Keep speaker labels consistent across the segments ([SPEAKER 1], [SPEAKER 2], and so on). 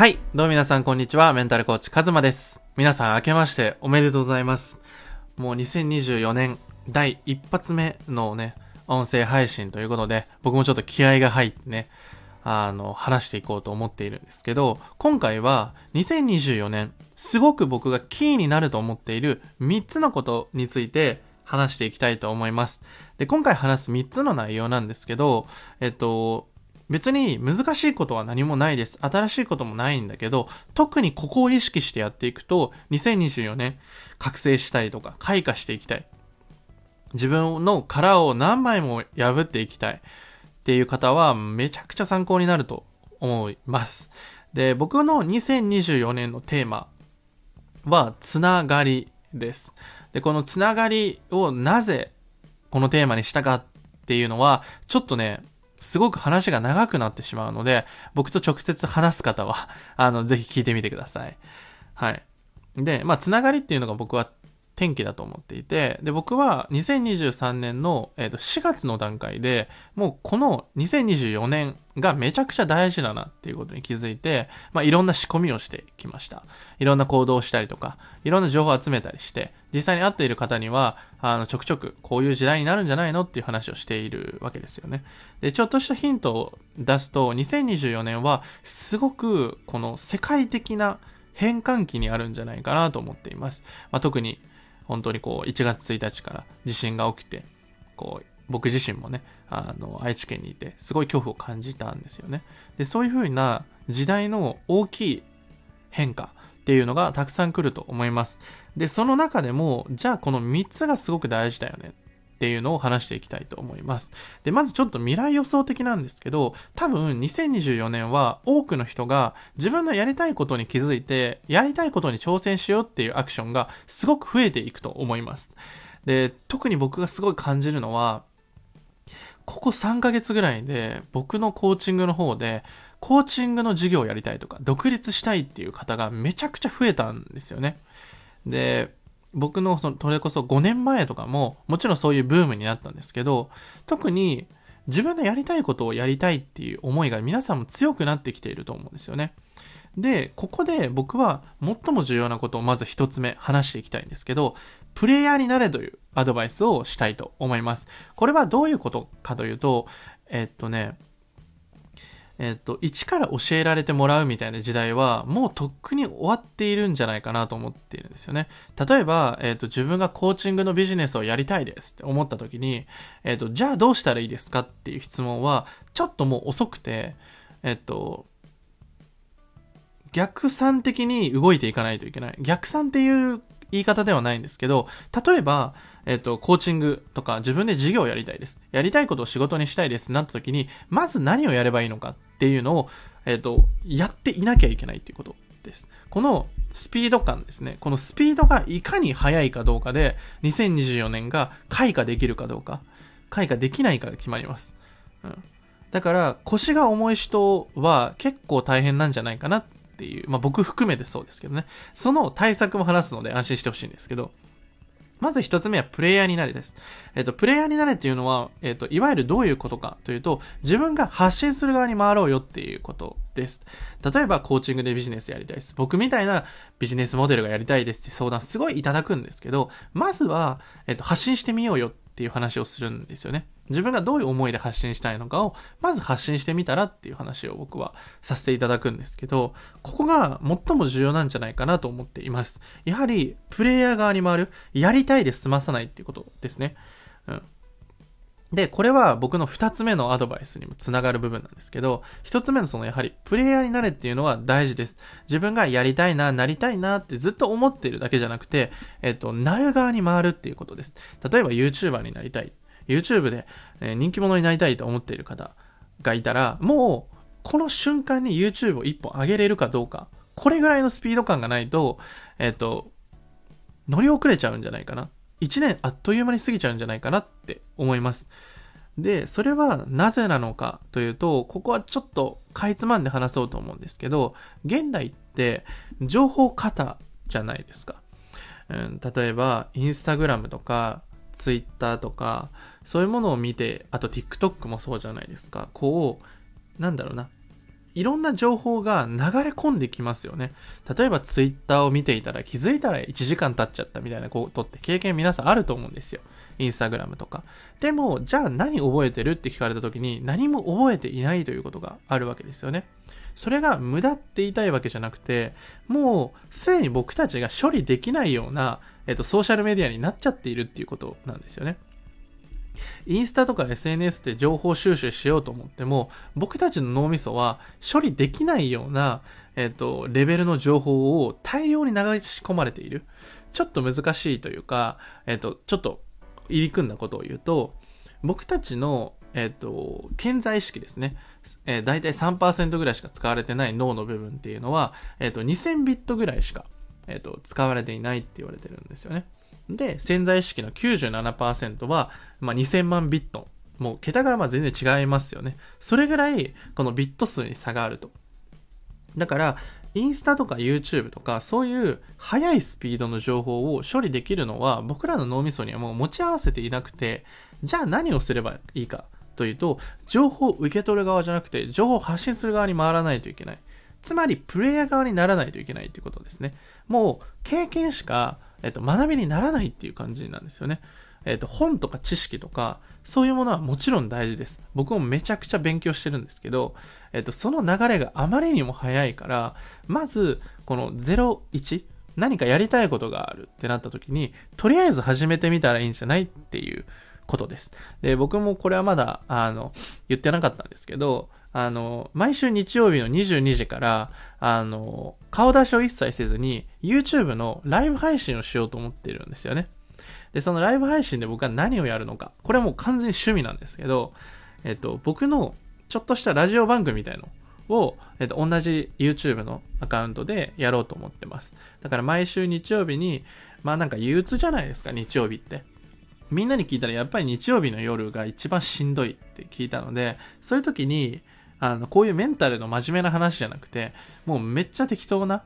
[SPEAKER 1] はい。どうも皆さん、こんにちは。メンタルコーチ、カズマです。皆さん、明けましておめでとうございます。もう2024年第一発目のね、音声配信ということで、僕もちょっと気合が入ってね、話していこうと思っているんですけど、今回は2024年、すごく僕がキーになると思っている3つのことについて話していきたいと思います。で、今回話す3つの内容なんですけど、別に難しいことは何もないです。新しいこともないんだけど、特にここを意識してやっていくと、2024年、覚醒したりとか、開花していきたい。自分の殻を何枚も破っていきたいっていう方は、めちゃくちゃ参考になると思います。で、僕の2024年のテーマは、つながりです。で、このつながりをなぜこのテーマにしたかっていうのは、ちょっとね、すごく話が長くなってしまうので、僕と直接話す方は、ぜひ聞いてみてください。はい。で、つながりっていうのが僕は転機だと思っていて、で、僕は2023年の、4月の段階で、もうこの2024年がめちゃくちゃ大事だなっていうことに気づいて、いろんな仕込みをしてきました。いろんな行動をしたりとか、いろんな情報を集めたりして、実際に会っている方には、ちょくちょくこういう時代になるんじゃないのっていう話をしているわけですよね。で、ちょっとしたヒントを出すと、2024年はすごくこの世界的な変換期にあるんじゃないかなと思っています。特に本当に1月1日から地震が起きて、僕自身もね、愛知県にいて、すごい恐怖を感じたんですよね。で、そういう風な時代の大きい変化っていうのがたくさん来ると思います。で、その中でも、じゃあこの3つがすごく大事だよねっていうのを話していきたいと思います。で、まずちょっと未来予想的なんですけど、多分2024年は多くの人が自分のやりたいことに気づいて、やりたいことに挑戦しようっていうアクションがすごく増えていくと思います。で、特に僕がすごい感じるのは、ここ3ヶ月ぐらいで僕のコーチングの方でコーチングの授業をやりたいとか独立したいっていう方がめちゃくちゃ増えたんですよね。で、僕のそれこそ5年前とかももちろんそういうブームになったんですけど、特に自分のやりたいことをやりたいっていう思いが皆さんも強くなってきていると思うんですよね。で、ここで僕は最も重要なことをまず一つ目話していきたいんですけど、プレイヤーになれというアドバイスをしたいと思います。これはどういうことかというと、一から教えられてもらうみたいな時代はもうとっくに終わっているんじゃないかなと思っているんですよね。例えば、自分がコーチングのビジネスをやりたいですって思った時に、じゃあどうしたらいいですかっていう質問はちょっともう遅くて、逆算的に動いていかないといけない。逆算っていう言い方ではないんですけど、例えば、コーチングとか自分で事業をやりたいです。やりたいことを仕事にしたいですってなった時に、まず何をやればいいのかっていうのを、やっていなきゃいけないっていうことです。このスピード感ですね。このスピードがいかに速いかどうかで、2024年が開花できるかどうか、開花できないかが決まります。だから、腰が重い人は結構大変なんじゃないかなっていう、僕含めてそうですけどね。その対策も話すので安心してほしいんですけど、まず一つ目はプレイヤーになれです。プレイヤーになれっていうのは、いわゆるどういうことかというと、自分が発信する側に回ろうよっていうことです。例えば、コーチングでビジネスやりたいです。僕みたいなビジネスモデルがやりたいですって相談すごいいただくんですけど、まずは、発信してみようよっていう話をするんですよね。自分がどういう思いで発信したいのかをまず発信してみたらっていう話を僕はさせていただくんですけど、ここが最も重要なんじゃないかなと思っています。やはりプレイヤー側に回る、やりたいで済まさないっていうことですね。で、これは僕の2つ目のアドバイスにもつながる部分なんですけど、1つ目のやはりプレイヤーになれっていうのは大事です。自分がやりたいな、なりたいなってずっと思っているだけじゃなくて、なる側に回るっていうことです。例えば YouTuber になりたい。YouTube で人気者になりたいと思っている方がいたら、もうこの瞬間に YouTube を1本上げれるかどうか、これぐらいのスピード感がないと、乗り遅れちゃうんじゃないかな。1年あっという間に過ぎちゃうんじゃないかなって思います。で、それはなぜなのかというと、ここはちょっとかいつまんで話そうと思うんですけど、現代って情報過多じゃないですか。例えばインスタグラムとかツイッターとかそういうものを見て、あと TikTok もそうじゃないですか。 いろんな情報が流れ込んできますよね。例えばツイッターを見ていたら気づいたら1時間経っちゃったみたいなことって経験皆さんあると思うんですよ。インスタグラムとか。でも、じゃあ何覚えてるって聞かれた時に何も覚えていないということがあるわけですよね。それが無駄って言いたいわけじゃなくて、もうすでに僕たちが処理できないような、ソーシャルメディアになっちゃっているっていうことなんですよね。インスタとか SNS で情報収集しようと思っても、僕たちの脳みそは処理できないような、レベルの情報を大量に流し込まれている。ちょっと難しいというか、ちょっと入り組んだことを言うと、僕たちの、顕在意識ですね。だいたい 3% ぐらいしか使われてない脳の部分っていうのは、2000ビットぐらいしか、使われていないって言われてるんですよね。で、潜在意識の 97% は、2000万ビット。もう桁が全然違いますよね。それぐらい、このビット数に差があると。だから、インスタとか YouTube とか、そういう速いスピードの情報を処理できるのは、僕らの脳みそにはもう持ち合わせていなくて、じゃあ何をすればいいかというと、情報を受け取る側じゃなくて、情報を発信する側に回らないといけない。つまり、プレイヤー側にならないといけないということですね。もう、経験しか、学びにならないっていう感じなんですよね。本とか知識とか、そういうものはもちろん大事です。僕もめちゃくちゃ勉強してるんですけど、その流れがあまりにも早いから、まず、この0、1、何かやりたいことがあるってなった時に、とりあえず始めてみたらいいんじゃないっていうことです。で、僕もこれはまだ、言ってなかったんですけど、毎週日曜日の22時から、顔出しを一切せずに、YouTube のライブ配信をしようと思っているんですよね。で、そのライブ配信で僕は何をやるのか。これはもう完全に趣味なんですけど、僕のちょっとしたラジオ番組みたいのを、同じ YouTube のアカウントでやろうと思ってます。だから毎週日曜日に、なんか憂鬱じゃないですか、日曜日って。みんなに聞いたらやっぱり日曜日の夜が一番しんどいって聞いたので、そういう時に、こういうメンタルの真面目な話じゃなくて、もうめっちゃ適当な、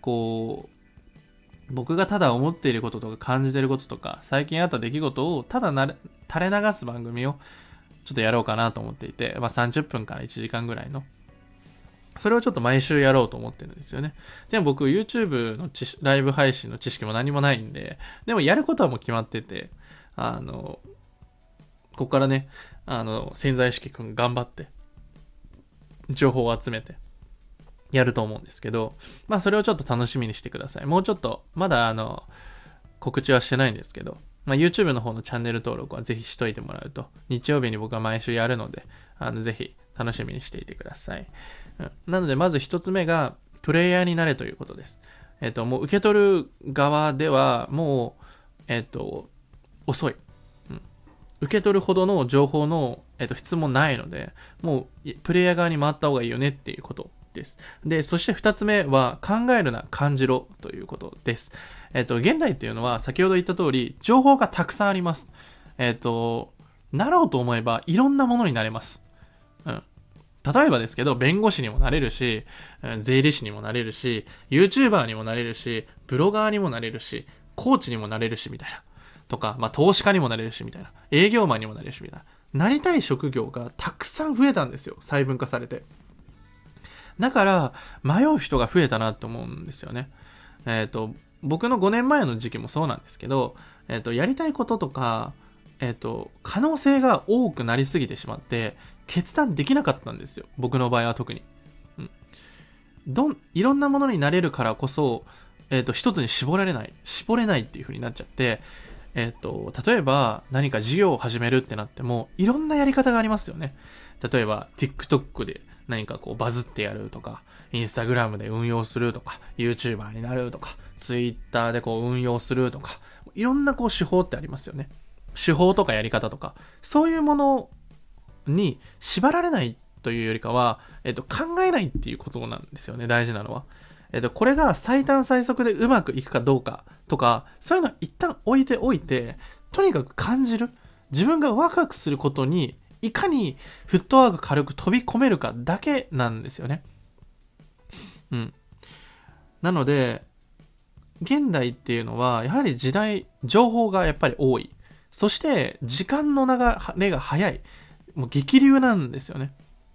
[SPEAKER 1] 僕がただ思っていることとか感じていることとか、最近あった出来事をただ垂れ流す番組をちょっとやろうかなと思っていて、30分から1時間ぐらいの。それをちょっと毎週やろうと思ってるんですよね。でも僕 YouTube のライブ配信の知識も何もないんで、でもやることはもう決まってて、ここからね、潜在意識くん頑張って、情報を集めて、やると思うんですけど、それをちょっと楽しみにしてください。もうちょっと、まだ告知はしてないんですけど、YouTube の方のチャンネル登録はぜひしといてもらうと、日曜日に僕は毎週やるので、ぜひ楽しみにしていてください。なので、まず一つ目が、プレイヤーになれということです。もう受け取る側では、もう、遅い。受け取るほどの情報の、質もないので、もう、プレイヤー側に回った方がいいよねっていうことです。で、そして二つ目は、考えるな、感じろということです。現代っていうのは、先ほど言った通り、情報がたくさんあります。なろうと思えば、いろんなものになれます。例えばですけど、弁護士にもなれるし、税理士にもなれるし、YouTuber にもなれるし、ブロガーにもなれるし、コーチにもなれるし、みたいな。とか、投資家にもなれるし、みたいな。営業マンにもなれるし、みたいな。なりたい職業がたくさん増えたんですよ。細分化されて。だから、迷う人が増えたなと思うんですよね。僕の5年前の時期もそうなんですけど、やりたいこととか、可能性が多くなりすぎてしまって、決断できなかったんですよ。僕の場合は特に。いろんなものになれるからこそ、一つに絞れないっていう風になっちゃって、例えば何か事業を始めるってなっても、いろんなやり方がありますよね。例えば、TikTok で何かバズってやるとか、Instagram で運用するとか、YouTuber になるとか、Twitter で運用するとか、いろんな手法ってありますよね。手法とかやり方とか、そういうものに縛られないというよりかは、考えないっていうことなんですよね、大事なのは。これが最短最速でうまくいくかどうかとか、そういうのを一旦置いておいて、とにかく感じる。自分がワクワクすることに、いかにフットワーク軽く飛び込めるかだけなんですよね。なので、現代っていうのは、やはり情報がやっぱり多い。そして、時間の流れが早い。もう激流なんですよね。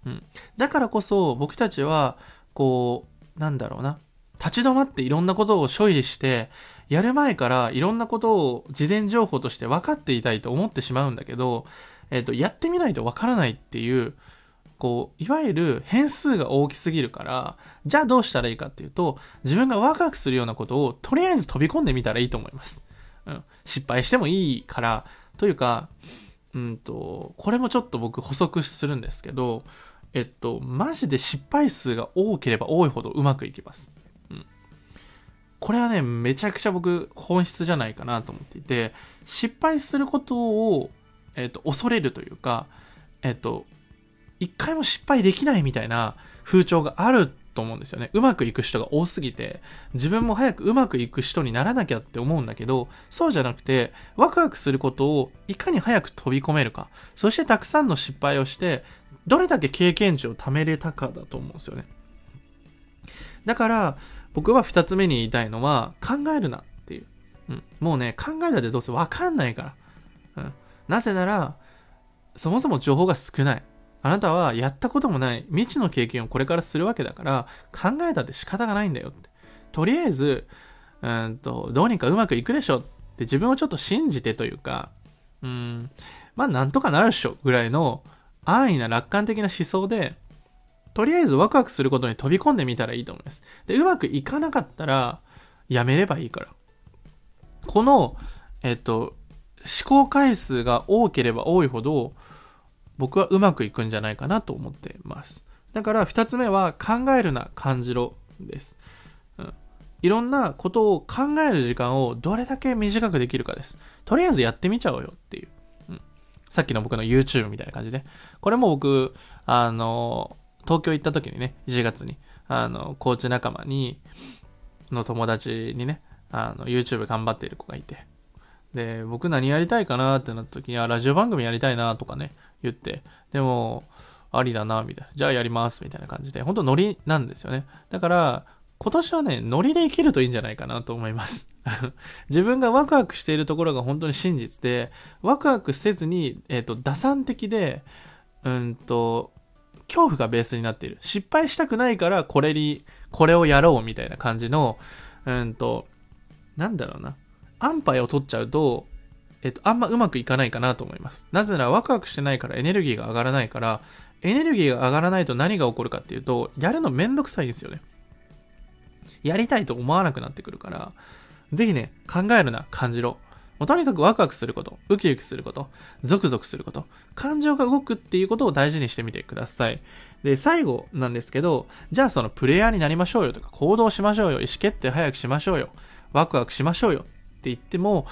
[SPEAKER 1] うん。だからこそ僕たちは、こう、なんだろうな。立ち止まっていろんなことを処理して、やる前からいろんなことを事前情報として分かっていたいと思ってしまうんだけど、やってみないと分からないっていう、こう、いわゆる変数が大きすぎるから、じゃあどうしたらいいかっていうと、自分がワクワクするようなことをとりあえず飛び込んでみたらいいと思います。うん。失敗してもいいから、というか、これもちょっと僕補足するんですけど、マジで失敗数が多ければ多いほどうまくいきます。うん。これはね、めちゃくちゃ僕本質じゃないかなと思っていて、失敗することを、恐れるというか、一回も失敗できないみたいな風潮があると思うんですよね。うまくいく人が多すぎて、自分も早くうまくいく人にならなきゃって思うんだけど、そうじゃなくて、ワクワクすることをいかに早く飛び込めるか、そしてたくさんの失敗をして、どれだけ経験値を貯めれたかだと思うんですよね。だから、僕は二つ目に言いたいのは、考えるなっていう。うん、もうね、考えたってどうせわかんないから。うん、なぜなら、そもそも情報が少ない。あなたはやったこともない未知の経験をこれからするわけだから、考えたって仕方がないんだよって。とりあえず、どうにかうまくいくでしょって自分をちょっと信じてというか、まあなんとかなるっしょぐらいの安易な楽観的な思想で、とりあえずワクワクすることに飛び込んでみたらいいと思います。で、うまくいかなかったら、やめればいいから。この、思考回数が多ければ多いほど、僕はうまくいくんじゃないかなと思っています。だから二つ目は考えるな、感じろです。いろんなことを考える時間をどれだけ短くできるかです。とりあえずやってみちゃおうよっていう。さっきの僕の YouTube みたいな感じで。これも僕、東京行った時にね、1月に、コーチ仲間の友達にね、YouTube 頑張っている子がいて。で、僕何やりたいかなってなった時に、ラジオ番組やりたいなとかね、言って、でも、ありだな、みたいな。じゃあやります、みたいな感じで、本当ノリなんですよね。だから、今年はね、ノリで生きるといいんじゃないかなと思います。自分がワクワクしているところが本当に真実で、ワクワクせずに、打算的で、恐怖がベースになっている。失敗したくないからこれをやろうみたいな感じの、なんだろうな。安牌を取っちゃうと、あんまうまくいかないかなと思います。なぜならワクワクしてないからエネルギーが上がらないから、エネルギーが上がらないと何が起こるかっていうと、やるのめんどくさいですよね。やりたいと思わなくなってくるから、ぜひね、考えるな、感じろ。もうとにかくワクワクすること、ウキウキすること、ゾクゾクすること、感情が動くっていうことを大事にしてみてください。で、最後なんですけど、じゃあそのプレイヤーになりましょうよとか、行動しましょうよ、意思決定早くしましょうよ、ワクワクしましょうよって言っても、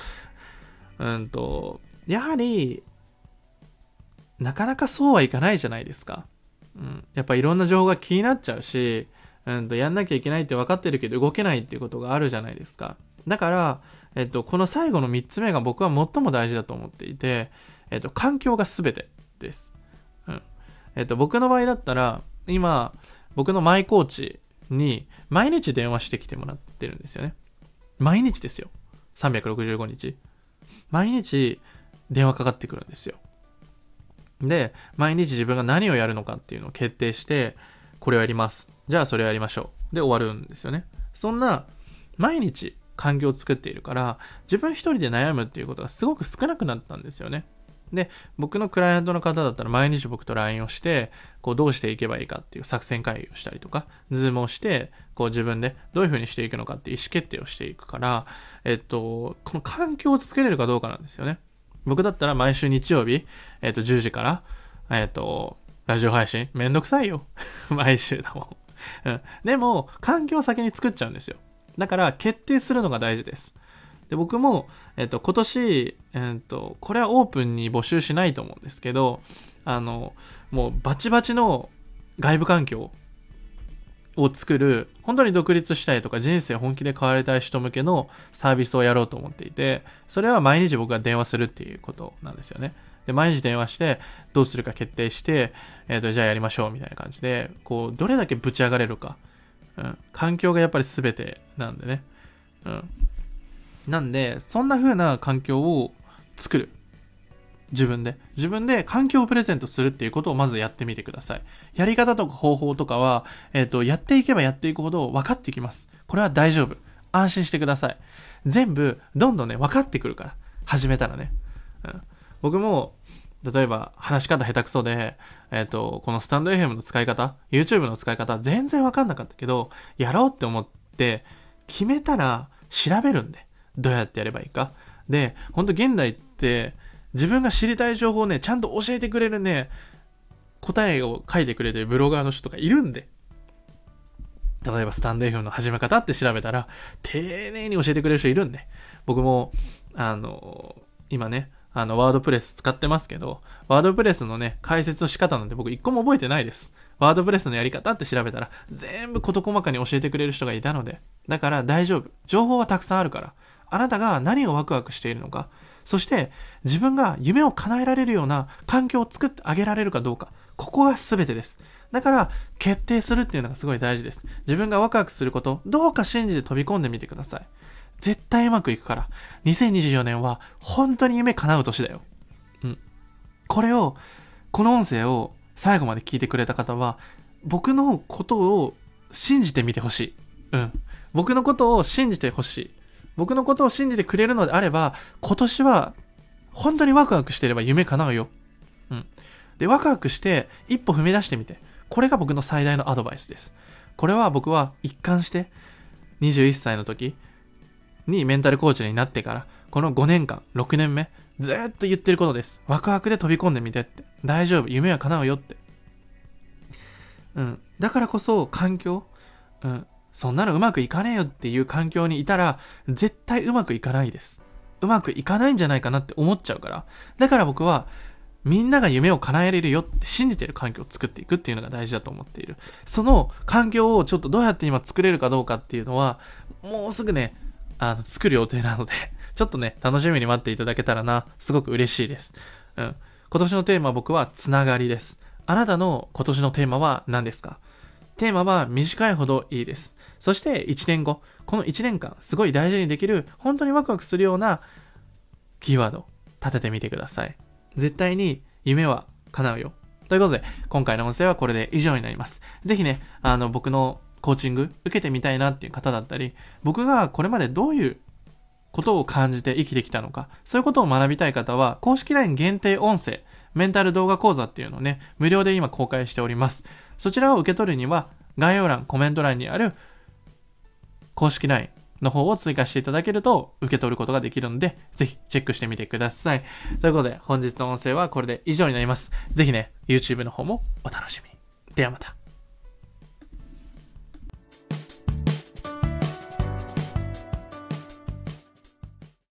[SPEAKER 1] やはり、なかなかそうはいかないじゃないですか。やっぱいろんな情報が気になっちゃうし、やんなきゃいけないって分かってるけど動けないっていうことがあるじゃないですか。だから、この最後の3つ目が僕は最も大事だと思っていて、環境が全てです。僕の場合だったら、今、僕のマイコーチに毎日電話してきてもらってるんですよね。毎日ですよ。365日。毎日電話かかってくるんですよ。で、毎日自分が何をやるのかっていうのを決定して、これをやります。じゃあそれをやりましょう。で終わるんですよね。そんな、毎日環境を作っているから、自分一人で悩むっていうことがすごく少なくなったんですよね。で、僕のクライアントの方だったら毎日僕と LINE をして、こうどうしていけばいいかっていう作戦会議をしたりとか、ズームをして、こう自分でどういう風にしていくのかっていう意思決定をしていくから、この環境を作れるかどうかなんですよね。僕だったら毎週日曜日、10時から、ラジオ配信めんどくさいよ。毎週だもん。でも、環境を先に作っちゃうんですよ。だから、決定するのが大事です。で、僕も、今年、これはオープンに募集しないと思うんですけど、もうバチバチの外部環境を作る、本当に独立したいとか人生本気で変わりたい人向けのサービスをやろうと思っていて、それは毎日僕が電話するっていうことなんですよね。で、毎日電話して、どうするか決定して、じゃあやりましょうみたいな感じで、こう、どれだけぶち上がれるか。環境がやっぱり全てなんでね。なんで、そんな風な環境を作る。 自分で環境をプレゼントするっていうことをまずやってみてください。やり方とか方法とかは、やっていけばやっていくほど分かってきます。これは大丈夫。安心してください。全部、どんどんね、分かってくるから。始めたらね。僕も、例えば、話し方下手くそで、このスタンド FM の使い方、YouTube の使い方、全然分かんなかったけど、やろうって思って、決めたら調べるんで。どうやってやればいいか。で、ほんと現代って、自分が知りたい情報をね、ちゃんと教えてくれるね、答えを書いてくれてるブロガーの人とかいるんで。例えば、スタンド FM の始め方って調べたら、丁寧に教えてくれる人いるんで。僕も、今ね、ワードプレス使ってますけど、ワードプレスのね、解説の仕方なんて僕一個も覚えてないです。ワードプレスのやり方って調べたら、全部事細かに教えてくれる人がいたので。だから大丈夫。情報はたくさんあるから。あなたが何をワクワクしているのか。そして自分が夢を叶えられるような環境を作ってあげられるかどうか。ここが全てです。だから決定するっていうのがすごい大事です。自分がワクワクすること、どうか信じて飛び込んでみてください。絶対うまくいくから。2024年は本当に夢叶う年だよ。この音声を最後まで聞いてくれた方は、僕のことを信じてみてほしい。僕のことを信じてほしい。僕のことを信じてくれるのであれば、今年は本当にワクワクしていれば夢叶うよ。で、ワクワクして一歩踏み出してみて。これが僕の最大のアドバイスです。これは僕は一貫して21歳の時にメンタルコーチになってから、この5年間、6年目、ずーっと言ってることです。ワクワクで飛び込んでみてって。大丈夫。夢は叶うよって。だからこそ環境、そんなのうまくいかねえよっていう環境にいたら、絶対うまくいかないです。うまくいかないんじゃないかなって思っちゃうから。だから僕は、みんなが夢を叶えれるよって信じてる環境を作っていくっていうのが大事だと思っている。その環境をちょっとどうやって今作れるかどうかっていうのは、もうすぐね、作る予定なので、ちょっとね、楽しみに待っていただけたらな、すごく嬉しいです。今年のテーマは僕はつながりです。あなたの今年のテーマは何ですか？テーマは短いほどいいです。そして1年後、この1年間、すごい大事にできる、本当にワクワクするようなキーワードを立ててみてください。絶対に夢は叶うよ。ということで、今回の音声はこれで以上になります。ぜひね、僕のコーチング受けてみたいなっていう方だったり、僕がこれまでどういうことを感じて生きてきたのか、そういうことを学びたい方は、公式 LINE 限定音声、メンタル動画講座っていうのをね、無料で今公開しております。そちらを受け取るには、概要欄、コメント欄にある公式 LINE の方を追加していただけると受け取ることができるので、ぜひチェックしてみてください。ということで、本日の音声はこれで以上になります。ぜひね、YouTube の方もお楽しみに。ではまた。